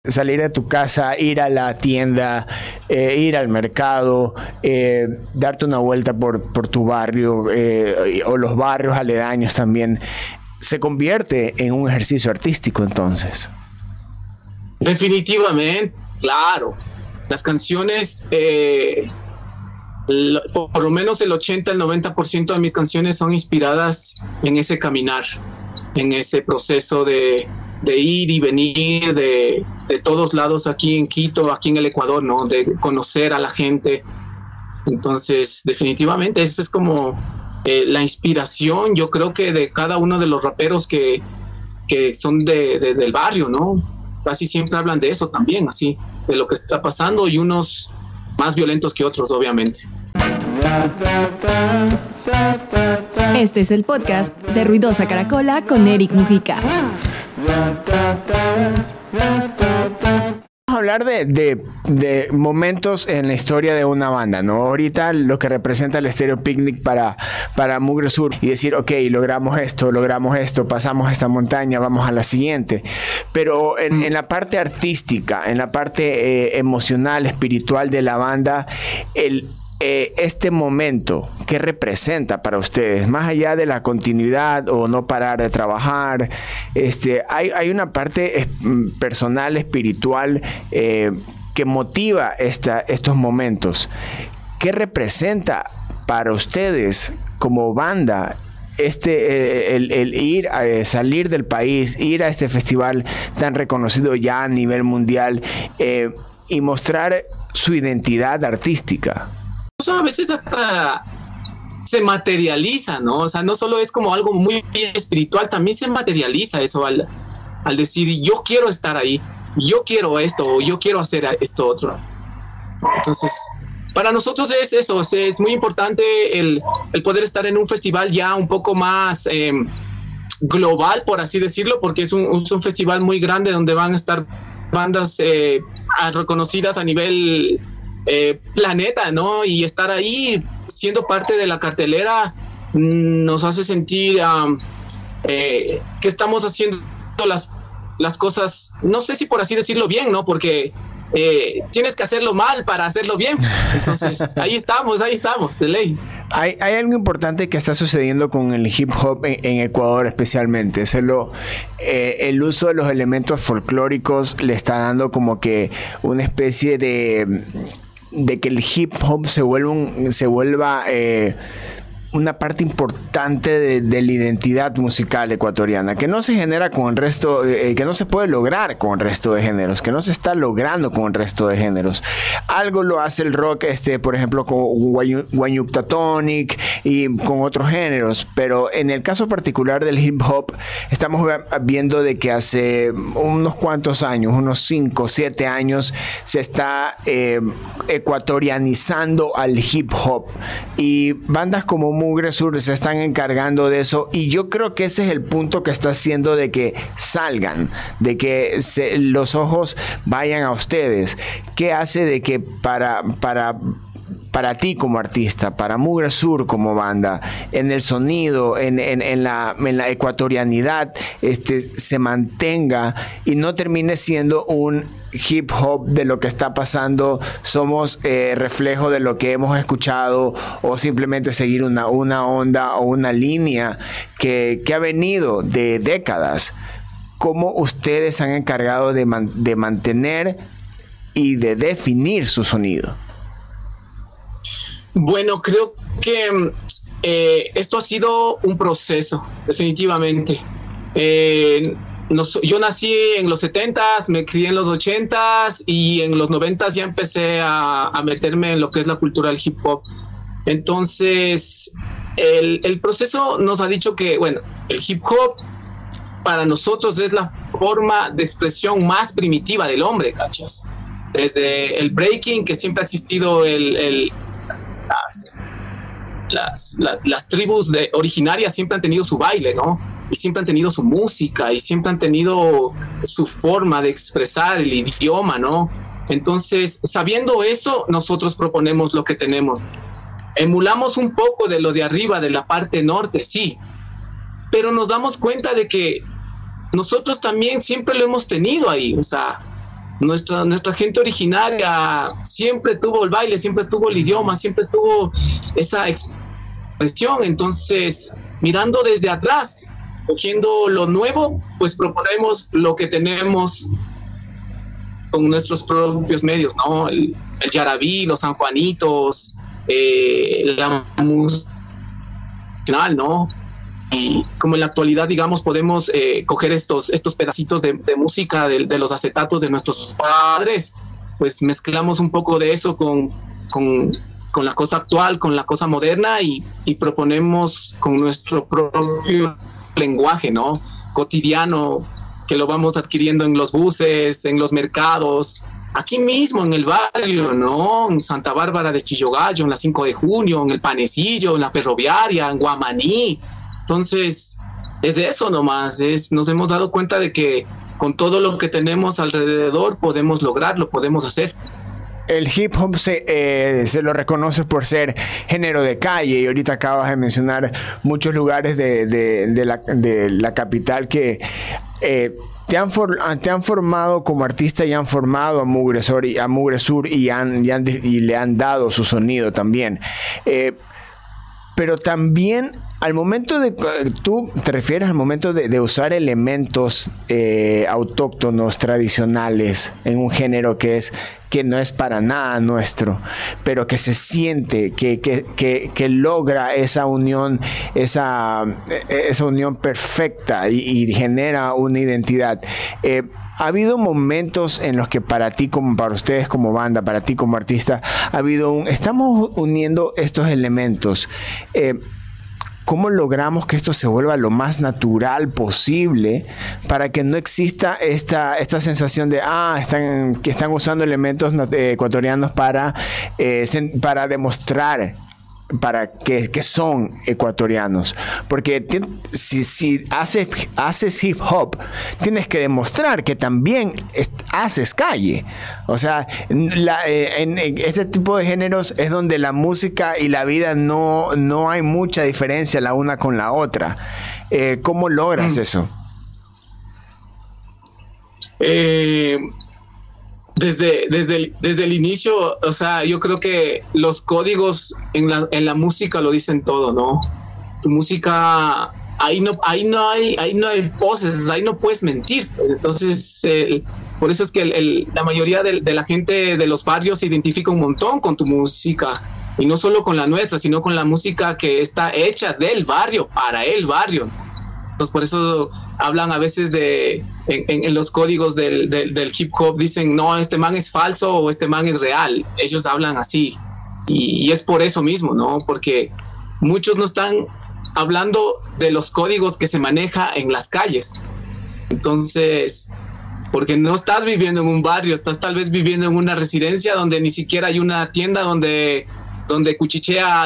salir de tu casa, ir a la tienda, ir al mercado, darte una vuelta por tu barrio o los barrios aledaños también, se convierte en un ejercicio artístico entonces. Definitivamente, claro. Las canciones, por lo menos el 80, el 90% de mis canciones son inspiradas en ese caminar, en ese proceso de ir y venir de todos lados aquí en Quito, aquí en el Ecuador, ¿no? De conocer a la gente. Entonces, definitivamente, esa es como la inspiración, yo creo que de cada uno de los raperos que son del barrio, ¿no? Casi siempre hablan de eso también, así, de lo que está pasando, y unos más violentos que otros, obviamente. Este es el podcast de Ruidosa Caracola con Eric Mujica. Vamos a hablar de momentos en la historia de una banda, ¿no? Ahorita lo que representa el Estéreo Picnic para Mugre Sur, y decir, ok, logramos esto, pasamos esta montaña, vamos a la siguiente. Pero en la parte artística, en la parte emocional, espiritual de la banda, este momento, ¿qué representa para ustedes? Más allá de la continuidad o no parar de trabajar, hay una parte personal, espiritual, que motiva estos momentos. ¿Qué representa para ustedes como banda el ir a salir del país, ir a este festival tan reconocido ya a nivel mundial, y mostrar su identidad artística? A veces hasta se materializa, ¿no? O sea, no solo es como algo muy espiritual, también se materializa eso al decir, yo quiero estar ahí, yo quiero esto, o yo quiero hacer esto otro. Entonces, para nosotros es eso, es muy importante el poder estar en un festival ya un poco más global, por así decirlo, porque es un festival muy grande donde van a estar bandas reconocidas a nivel planeta, ¿no? Y estar ahí siendo parte de la cartelera nos hace sentir que estamos haciendo las cosas, no sé si por así decirlo bien, ¿no? Porque tienes que hacerlo mal para hacerlo bien. Entonces ahí estamos, de ley. Hay algo importante que está sucediendo con el hip hop en Ecuador especialmente. El uso de los elementos folclóricos le está dando como que una especie de que el hip hop se vuelva una parte importante de la identidad musical ecuatoriana, que no se genera con el resto, que no se puede lograr con el resto de géneros, que no se está logrando con el resto de géneros. Algo lo hace el rock, por ejemplo, con Guayuctatonic y con otros géneros, pero en el caso particular del hip hop, estamos viendo de que hace unos cuantos años, unos 5 o 7 años, se está ecuatorianizando al hip hop, y bandas como Mugre Sur se están encargando de eso, y yo creo que ese es el punto que está haciendo de que salgan, de que los ojos vayan a ustedes. ¿Qué hace de que para ti como artista, para Mugre Sur como banda, en el sonido, en la ecuatorianidad, se mantenga y no termine siendo un hip hop de lo que está pasando, somos reflejo de lo que hemos escuchado, o simplemente seguir una onda o una línea que ha venido de décadas? ¿Cómo ustedes se han encargado de mantener y de definir su sonido? Bueno, creo que esto ha sido un proceso, definitivamente. Yo nací en los 70s, me crié en los 80s, y en los 90s ya empecé a meterme en lo que es la cultura del hip hop. Entonces, el proceso nos ha dicho que, bueno, el hip hop para nosotros es la forma de expresión más primitiva del hombre, ¿cachas? Desde el breaking, que siempre ha existido las tribus originarias siempre han tenido su baile, ¿no? Y siempre han tenido su música, y siempre han tenido su forma de expresar el idioma, ¿no? Entonces, sabiendo eso, nosotros proponemos lo que tenemos. Emulamos un poco de lo de arriba, de la parte norte, sí, pero nos damos cuenta de que nosotros también siempre lo hemos tenido ahí. O sea, Nuestra gente originaria siempre tuvo el baile, siempre tuvo el idioma, siempre tuvo esa expresión. Entonces, mirando desde atrás, cogiendo lo nuevo, pues proponemos lo que tenemos con nuestros propios medios, ¿no? El yarabí, los sanjuanitos, la música, ¿no? Y como en la actualidad, digamos, podemos coger estos pedacitos de música de los acetatos de nuestros padres, pues mezclamos un poco de eso con la cosa actual, con la cosa moderna y proponemos con nuestro propio lenguaje, ¿no? Cotidiano, que lo vamos adquiriendo en los buses, en los mercados, aquí mismo en el barrio, ¿no? En Santa Bárbara de Chillogallo, en la 5 de junio, en el Panecillo, en la Ferroviaria, en Guamaní. Entonces, es de eso nomás, nos hemos dado cuenta de que con todo lo que tenemos alrededor podemos lograrlo, podemos hacer. El hip hop se lo reconoce por ser género de calle y ahorita acabas de mencionar muchos lugares de la capital que te han formado como artista y han formado a Mugre Sur y le han dado su sonido también. Pero también al momento tú te refieres al momento de usar elementos autóctonos, tradicionales, en un género que no es para nada nuestro, pero que se siente, que logra esa unión perfecta y genera una identidad. ¿Ha habido momentos en los que para ti, como para ustedes como banda, para ti como artista, estamos uniendo estos elementos? ¿Cómo logramos que esto se vuelva lo más natural posible para que no exista esta sensación de que están usando elementos ecuatorianos para demostrar que son ecuatorianos? Porque si haces hip hop, tienes que demostrar que también haces calle. O sea, en este tipo de géneros es donde la música y la vida no hay mucha diferencia la una con la otra. ¿Cómo logras eso? Desde el inicio, o sea, yo creo que los códigos en la música lo dicen todo, ¿no? Tu música, ahí no hay poses, ahí no puedes mentir, pues. Entonces, por eso es que la mayoría de la gente de los barrios se identifica un montón con tu música, y no solo con la nuestra, sino con la música que está hecha del barrio, para el barrio. Entonces, por eso hablan a veces en los códigos del hip hop, dicen, no, este man es falso o este man es real. Ellos hablan así. Y es por eso mismo, ¿no? Porque muchos no están hablando de los códigos que se maneja en las calles. Entonces, porque no estás viviendo en un barrio, estás tal vez viviendo en una residencia donde ni siquiera hay una tienda donde cuchichea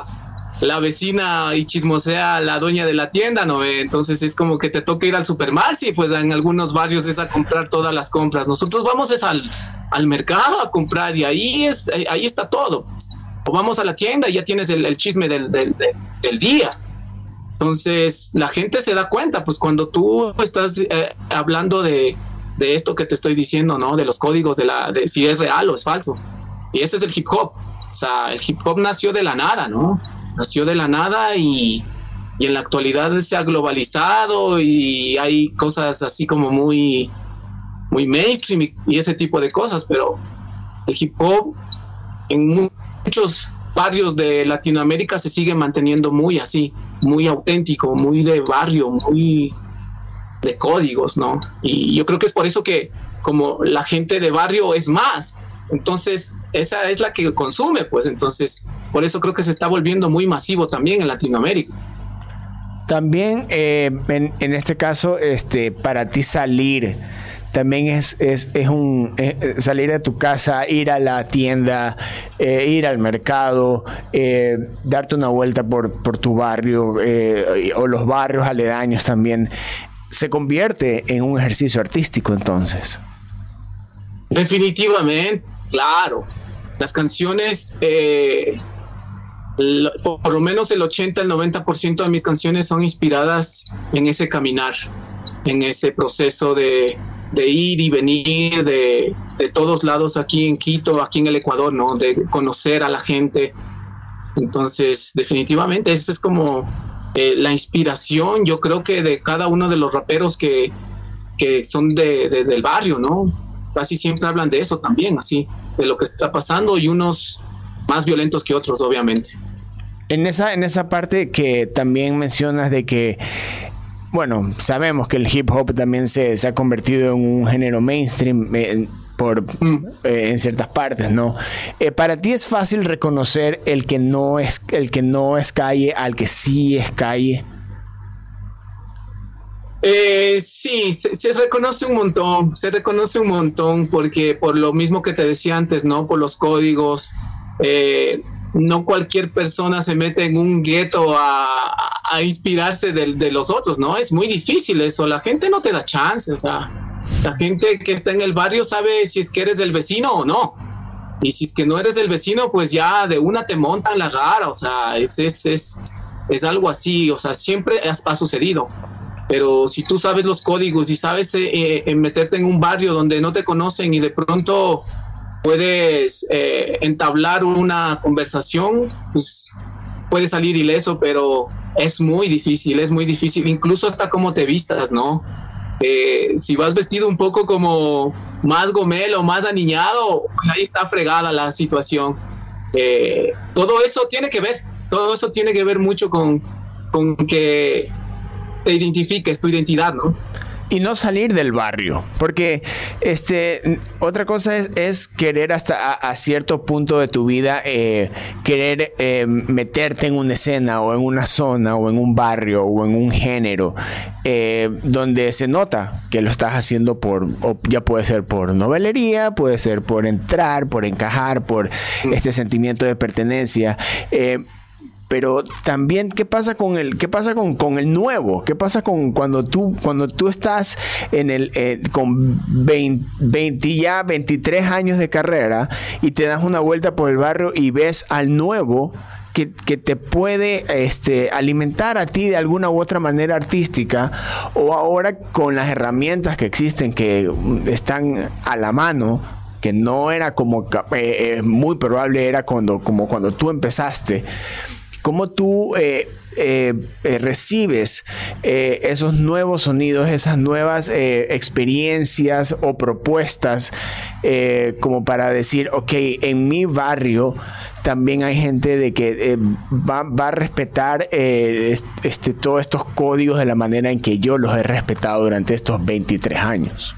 la vecina y chismosea a la dueña de la tienda, ¿no? Entonces es como que te toca ir al Supermaxi, pues en algunos barrios es a comprar todas las compras. Nosotros vamos al mercado a comprar y ahí está todo. O vamos a la tienda y ya tienes el chisme del día. Entonces la gente se da cuenta, pues cuando tú estás hablando de esto que te estoy diciendo, ¿no? De los códigos de si es real o es falso. Y ese es el hip hop. O sea, el hip hop nació de la nada, ¿no? Nació de la nada y en la actualidad se ha globalizado y hay cosas así como muy, muy mainstream y ese tipo de cosas, pero el hip hop en muchos barrios de Latinoamérica se sigue manteniendo muy así, muy auténtico, muy de barrio, muy de códigos, ¿no? Y yo creo que es por eso que como la gente de barrio es más, entonces esa es la que consume, pues entonces por eso creo que se está volviendo muy masivo también en Latinoamérica. También en este caso, para ti salir también es salir de tu casa, ir a la tienda, ir al mercado, darte una vuelta por tu barrio o los barrios aledaños también. Se convierte en un ejercicio artístico entonces. Definitivamente, claro. Las canciones, por lo menos el 80, el 90% de mis canciones son inspiradas en ese caminar, en ese proceso de ir y venir, de de todos lados aquí en Quito, aquí en el Ecuador, ¿no? De conocer a la gente. Entonces, definitivamente, esa es como la inspiración, yo creo que de cada uno de los raperos que son del barrio, ¿no? Casi siempre hablan de eso también, así, de lo que está pasando, y unos más violentos que otros, obviamente. En esa parte que también mencionas de que, bueno, sabemos que el hip hop también se ha convertido en un género mainstream en ciertas partes, ¿no? Para ti es fácil reconocer el que no es calle al que sí es calle. Sí, se reconoce un montón, porque por lo mismo que te decía antes, ¿no? Por los códigos, no cualquier persona se mete en un gueto a inspirarse de los otros, ¿no? Es muy difícil eso, la gente no te da chance, o sea, la gente que está en el barrio sabe si es que eres del vecino o no, y si es que no eres del vecino, pues ya de una te montan la rara, o sea, es algo así, o sea, siempre ha sucedido. Pero si tú sabes los códigos y sabes meterte en un barrio donde no te conocen y de pronto puedes entablar una conversación, pues puedes salir ileso, pero es muy difícil, incluso hasta cómo te vistas, ¿no? Si vas vestido un poco como más gomelo, más aniñado, pues ahí está fregada la situación. Todo eso tiene que ver mucho con que te identifiques, tu identidad, ¿no? Y no salir del barrio, porque otra cosa es querer hasta a cierto punto de tu vida querer meterte en una escena o en una zona o en un barrio o en un género donde se nota que lo estás haciendo ya puede ser por novelería, puede ser por entrar, por encajar, por este sentimiento de pertenencia. Pero también, ¿qué pasa con el nuevo? ¿Qué pasa con cuando tú estás con 23 años de carrera y te das una vuelta por el barrio y ves al nuevo que te puede alimentar a ti de alguna u otra manera artística, o ahora con las herramientas que existen, que están a la mano, que no era como muy probable era cuando tú empezaste? ¿Cómo tú recibes esos nuevos sonidos, esas nuevas experiencias o propuestas como para decir, ok, en mi barrio también hay gente de que va a respetar todos estos códigos de la manera en que yo los he respetado durante estos 23 años?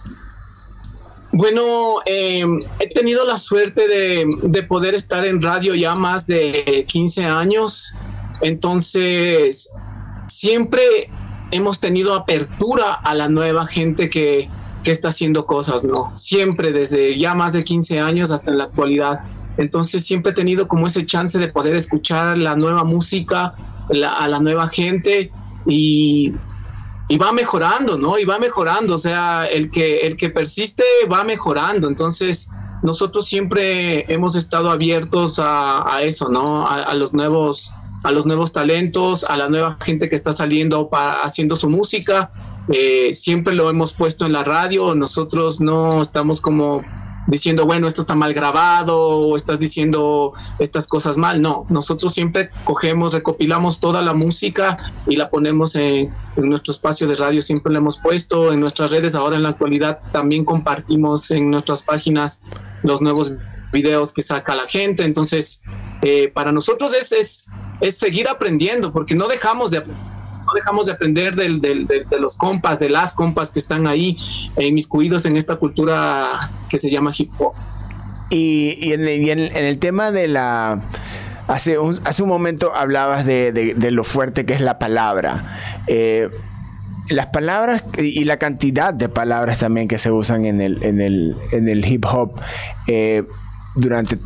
Bueno, he tenido la suerte de poder estar en radio ya más de 15 años, entonces siempre hemos tenido apertura a la nueva gente que está haciendo cosas, ¿no? Siempre, desde ya más de 15 años hasta en la actualidad. Entonces siempre he tenido como ese chance de poder escuchar la nueva música, a la nueva gente, y va mejorando, ¿no? Y va mejorando, o sea, el que persiste va mejorando. Entonces, nosotros siempre hemos estado abiertos a eso, ¿no? A los nuevos talentos, a la nueva gente que está saliendo haciendo su música. Siempre lo hemos puesto en la radio. Nosotros no estamos como diciendo, bueno, esto está mal grabado o estás diciendo estas cosas mal. No, nosotros siempre recopilamos toda la música y la ponemos en nuestro espacio de radio. Siempre la hemos puesto en nuestras redes. Ahora en la actualidad también compartimos en nuestras páginas los nuevos videos que saca la gente. Entonces, para nosotros es seguir aprendiendo, porque no dejamos de aprender de los compas, de las compas que están ahí inmiscuidos en esta cultura que se llama hip hop. Y en el tema de hace un momento hablabas de lo fuerte que es la palabra. Las palabras y la cantidad de palabras también que se usan en el hip hop durante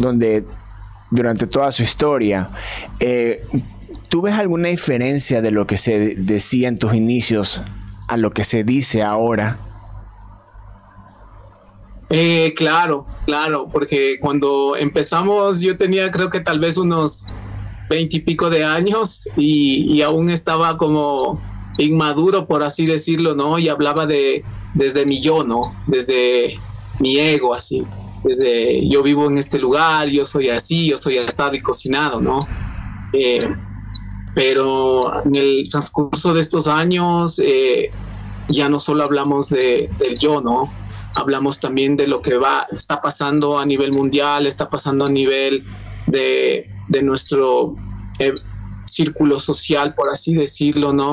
toda su historia. ¿Tú ves alguna diferencia de lo que se decía en tus inicios a lo que se dice ahora? Claro, porque cuando empezamos yo tenía, creo que tal vez unos 20 y pico de años y aún estaba como inmaduro, por así decirlo, ¿no? Y hablaba desde mi yo, ¿no? Desde mi ego, así. Desde yo vivo en este lugar, yo soy así, yo soy asado y cocinado, ¿no? Pero en el transcurso de estos años ya no solo hablamos del yo, ¿no? Hablamos también de lo que está pasando a nivel mundial, está pasando a nivel de nuestro círculo social, por así decirlo, ¿no?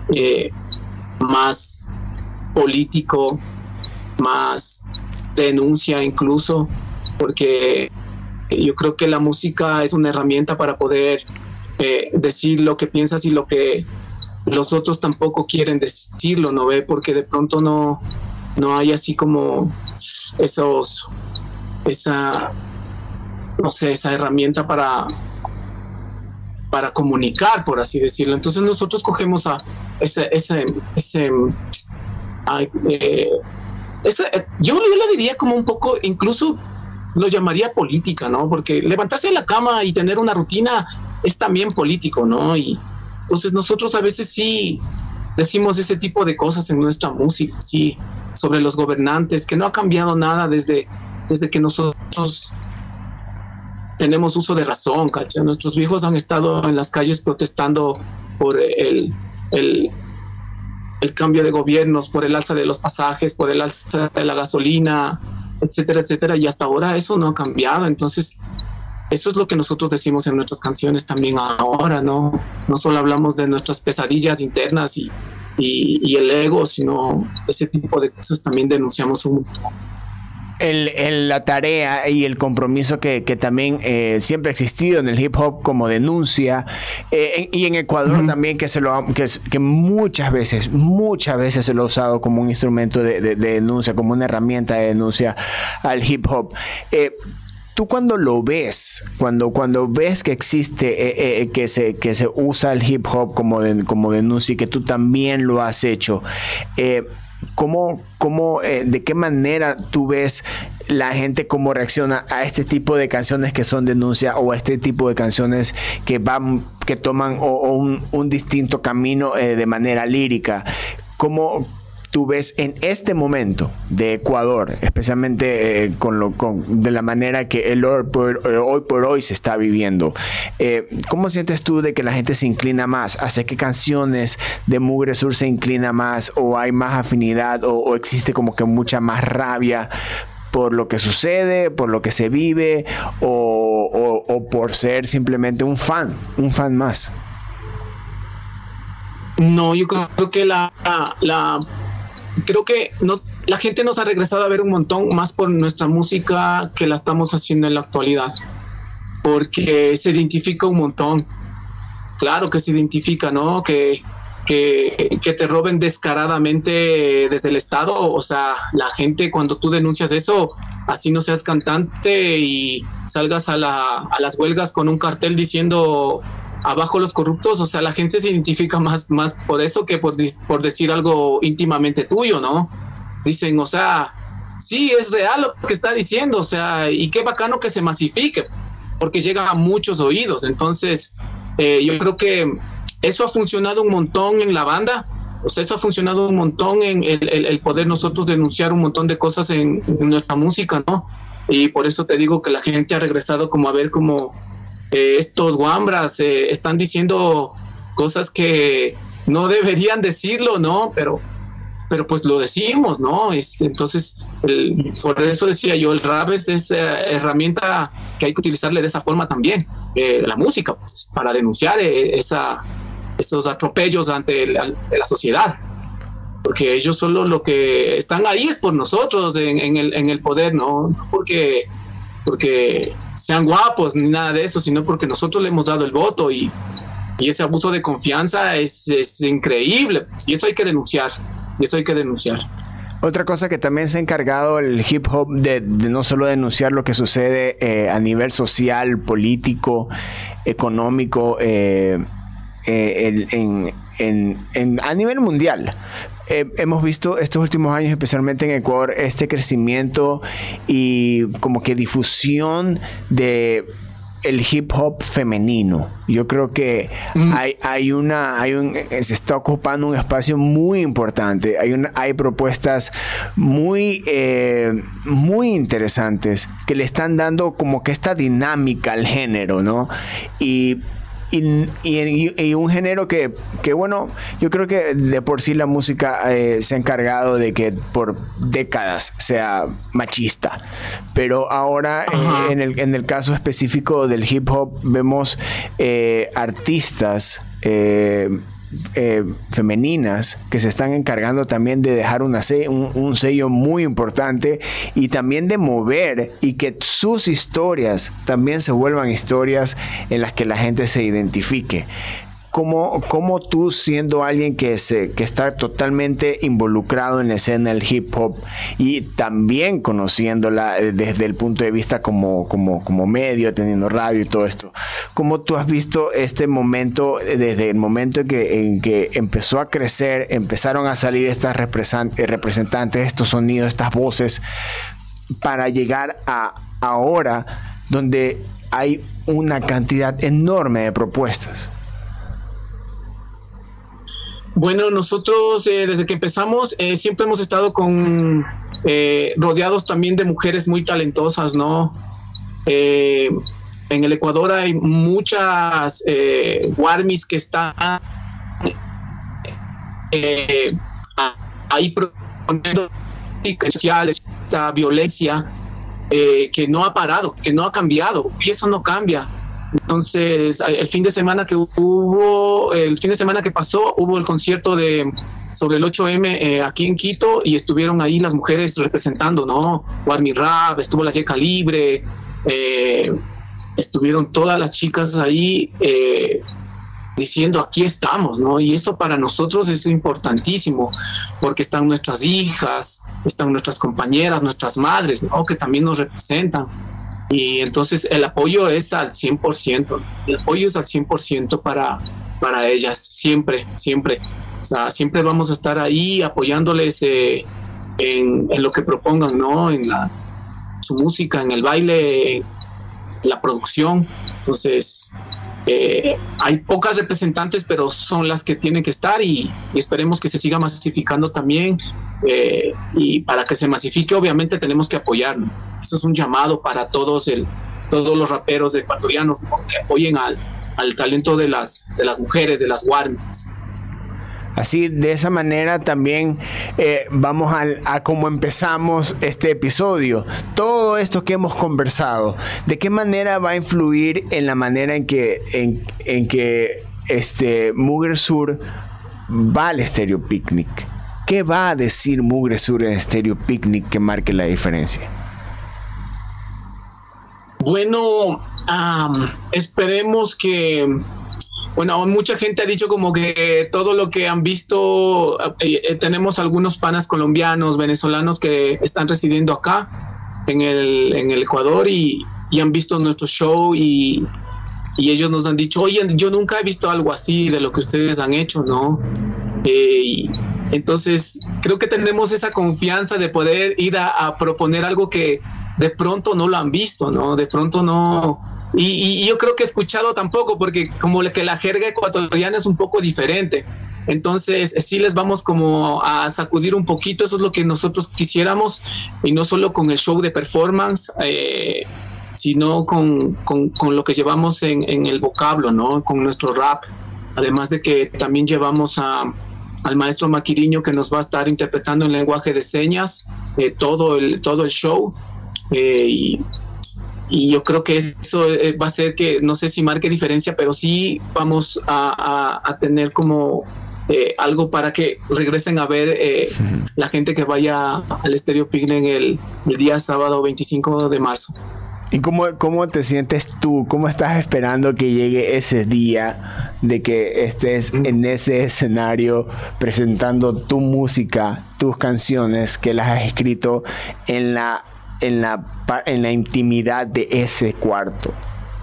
Más político, más denuncia incluso, porque yo creo que la música es una herramienta para poder decir lo que piensas y lo que los otros tampoco quieren decirlo, ¿no ve? Porque de pronto no hay así como esa herramienta para comunicar, por así decirlo. Entonces nosotros cogemos a yo lo diría como un poco, incluso lo llamaría política, ¿no? Porque levantarse de la cama y tener una rutina es también político, ¿no? Y entonces nosotros a veces sí decimos ese tipo de cosas en nuestra música, sí, sobre los gobernantes, que no ha cambiado nada desde que nosotros tenemos uso de razón, ¿cachai? Nuestros viejos han estado en las calles protestando por el cambio de gobiernos, por el alza de los pasajes, por el alza de la gasolina, etcétera, etcétera, y hasta ahora eso no ha cambiado. Entonces eso es lo que nosotros decimos en nuestras canciones también ahora, ¿no? No solo hablamos de nuestras pesadillas internas y el ego, sino ese tipo de cosas también denunciamos un montón. La tarea y el compromiso que también siempre ha existido en el hip hop como denuncia, y en Ecuador también, que muchas veces se lo ha usado como un instrumento de denuncia, como una herramienta de denuncia al hip hop. Tú cuando lo ves, cuando ves que existe, que se usa el hip hop como denuncia y que tú también lo has hecho, ¿de qué manera tú ves la gente cómo reacciona a este tipo de canciones que son denuncia, o a este tipo de canciones que toman un distinto camino de manera lírica? ¿Cómo tú ves en este momento de Ecuador, especialmente de la manera que hoy por hoy se está viviendo? ¿Cómo sientes tú de que la gente se inclina más? ¿Hacia qué canciones de Mugre Sur se inclina más, o hay más afinidad, o existe como que mucha más rabia por lo que sucede, por lo que se vive, o por ser simplemente un fan más? No, yo creo que la gente nos ha regresado a ver un montón más por nuestra música que la estamos haciendo en la actualidad, porque se identifica un montón. Claro que se identifica, ¿no? Que te roben descaradamente desde el Estado. O sea, la gente, cuando tú denuncias eso, así no seas cantante y salgas a las huelgas con un cartel diciendo abajo los corruptos, o sea, la gente se identifica más por eso que por decir algo íntimamente tuyo, ¿no? Dicen, o sea, sí, es real lo que está diciendo, o sea, y qué bacano que se masifique, pues, porque llega a muchos oídos. Entonces, yo creo que eso ha funcionado un montón en la banda, o sea, eso ha funcionado un montón en el poder nosotros denunciar un montón de cosas en nuestra música, ¿no? Y por eso te digo que la gente ha regresado como a ver como estos guambras están diciendo cosas que no deberían decirlo, ¿no? Pero pues lo decimos, ¿no? Entonces, por eso decía yo, el rap es esa herramienta que hay que utilizarle de esa forma también, la música, pues, para denunciar esos atropellos ante la sociedad. Porque ellos solo lo que están ahí es por nosotros en el poder, ¿no? Porque sean guapos ni nada de eso, sino porque nosotros le hemos dado el voto, y ese abuso de confianza es increíble, pues, y eso hay que denunciar. Otra cosa que también se ha encargado el hip hop de no solo denunciar lo que sucede a nivel social, político, económico, a nivel mundial. Hemos visto estos últimos años, especialmente en Ecuador, este crecimiento y como que difusión de el hip hop femenino. Yo creo que se está ocupando un espacio muy importante. Hay propuestas muy interesantes que le están dando como que esta dinámica al género, ¿no? Y un género que bueno, yo creo que de por sí la música se ha encargado de que por décadas sea machista, pero ahora en el caso específico del hip hop vemos artistas femeninas que se están encargando también de dejar un sello muy importante y también de mover y que sus historias también se vuelvan historias en las que la gente se identifique. ¿Cómo tú, siendo alguien que está totalmente involucrado en la escena del hip hop y también conociéndola desde el punto de vista como medio, teniendo radio y todo esto, cómo tú has visto este momento, desde el momento en que empezó a crecer, empezaron a salir estas representantes, estos sonidos, estas voces, para llegar a ahora, donde hay una cantidad enorme de propuestas? Bueno, nosotros desde que empezamos siempre hemos estado rodeados también de mujeres muy talentosas, ¿no? En el Ecuador hay muchas warmis que están ahí proponiendo sociales, esta violencia que no ha parado, que no ha cambiado, y eso no cambia. Entonces, el fin de semana que pasó, hubo el concierto sobre el 8M aquí en Quito, y estuvieron ahí las mujeres representando, ¿no? Warmi Rap, estuvo la Yeca Libre, estuvieron todas las chicas ahí diciendo aquí estamos, ¿no? Y eso para nosotros es importantísimo, porque están nuestras hijas, están nuestras compañeras, nuestras madres, ¿no? Que también nos representan. Y entonces el apoyo es al 100%, el apoyo es al 100% para ellas, siempre. O sea, siempre vamos a estar ahí apoyándoles en lo que propongan, ¿no? En su música, en el baile, en la producción. Entonces, hay pocas representantes, pero son las que tienen que estar, y esperemos que se siga masificando también. Y para que se masifique, obviamente tenemos que apoyarlo. Eso es un llamado para todos los raperos ecuatorianos, ¿no? Que apoyen al talento de las mujeres, de las warmis. Así, de esa manera también vamos a cómo empezamos este episodio. Todo esto que hemos conversado, ¿de qué manera va a influir en la manera en que Mugre Sur va al Estéreo Picnic? ¿Qué va a decir Mugre Sur en Estéreo Picnic que marque la diferencia? Bueno, esperemos que... Bueno, mucha gente ha dicho como que todo lo que han visto, tenemos algunos panas colombianos, venezolanos que están residiendo acá en el Ecuador y han visto nuestro show y ellos nos han dicho, oye, yo nunca he visto algo así de lo que ustedes han hecho, ¿no? Entonces creo que tenemos esa confianza de poder ir a proponer algo que de pronto no lo han visto, ¿no? De pronto no. Y yo creo que he escuchado tampoco, porque como que la jerga ecuatoriana es un poco diferente. Entonces, sí les vamos como a sacudir un poquito. Eso es lo que nosotros quisiéramos, y no solo con el show de performance, sino con lo que llevamos en el vocablo, ¿no? Con nuestro rap. Además de que también llevamos al maestro Maquiriño, que nos va a estar interpretando en lenguaje de señas todo el show. Y yo creo que eso va a hacer que, no sé si marque diferencia, pero sí vamos a tener como algo para que regresen a ver la gente que vaya al Estéreo Picnic el día sábado 25 de marzo. ¿Y cómo te sientes tú? ¿Cómo estás esperando que llegue ese día de que estés en ese escenario presentando tu música, tus canciones que las has escrito en la intimidad de ese cuarto?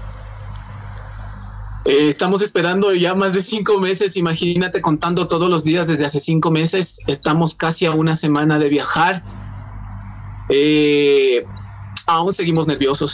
Estamos esperando ya más de 5 meses, imagínate, contando todos los días desde hace 5 meses. Estamos casi a una semana de viajar. Aún seguimos nerviosos,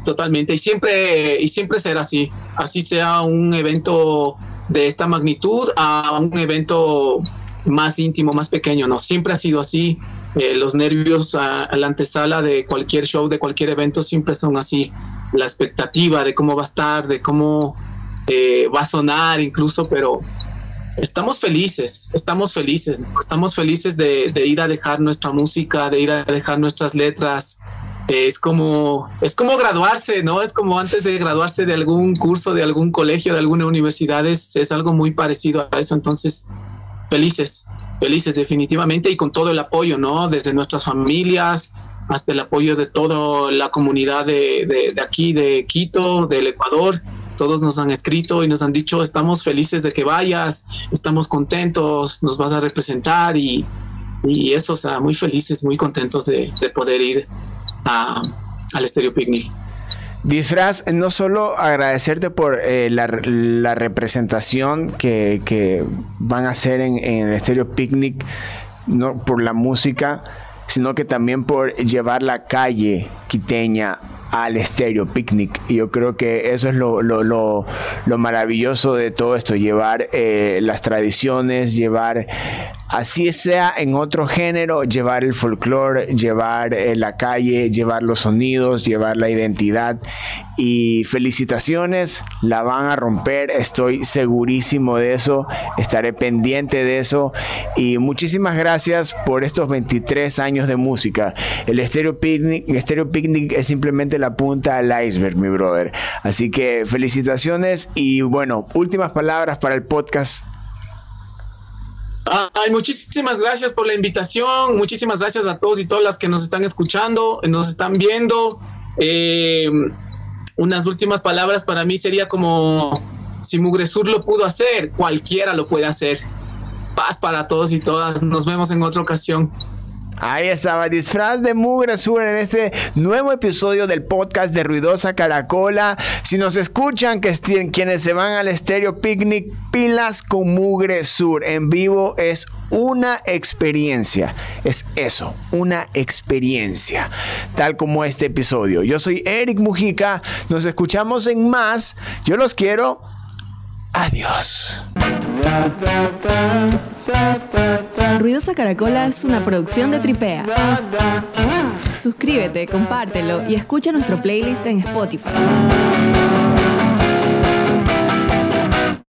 Totalmente, y siempre será así sea un evento de esta magnitud a un evento más íntimo, más pequeño, no, siempre ha sido así. Los nervios a la antesala de cualquier show, de cualquier evento, siempre son así. La expectativa de cómo va a estar, de cómo va a sonar incluso, pero estamos felices, ¿no? Estamos felices de ir a dejar nuestra música, de ir a dejar nuestras letras. Es como graduarse, ¿no? Es como antes de graduarse de algún curso, de algún colegio, de alguna universidad, es algo muy parecido a eso. Entonces, felices definitivamente, y con todo el apoyo, ¿no? Desde nuestras familias hasta el apoyo de toda la comunidad de aquí, de Quito, del Ecuador. Todos nos han escrito y nos han dicho, estamos felices de que vayas, estamos contentos, nos vas a representar y eso, o sea, muy felices, muy contentos de poder ir al Estéreo Picnic. Disfraz, no solo agradecerte por la representación que van a hacer en el Estéreo Picnic, no por la música, sino que también por llevar la calle quiteña al Estéreo Picnic. Y yo creo que eso es lo maravilloso de todo esto, llevar las tradiciones, llevar, así sea en otro género, llevar el folclore, llevar la calle, llevar los sonidos, llevar la identidad. Y felicitaciones, la van a romper, estoy segurísimo de eso, estaré pendiente de eso. Y muchísimas gracias por estos 23 años de música. El Estéreo Picnic es simplemente la punta del iceberg, mi brother. Así que felicitaciones y bueno, últimas palabras para el podcast. Ay, muchísimas gracias por la invitación, muchísimas gracias a todos y todas las que nos están escuchando, nos están viendo. Unas últimas palabras para mí sería como, si Mugresur lo pudo hacer, cualquiera lo puede hacer. Paz para todos y todas, nos vemos en otra ocasión. Ahí estaba, Disfraz de Mugresur en este nuevo episodio del podcast de Ruidosa Caracola. Si nos escuchan, quienes se van al Estéreo Picnic, pilas con Mugresur. En vivo es una experiencia. Es eso, una experiencia. Tal como este episodio. Yo soy Eric Mujica. Nos escuchamos en más. Yo los quiero. Adiós. Ruidosa Caracola es una producción de Tripea. Suscríbete, compártelo y escucha nuestro playlist en Spotify.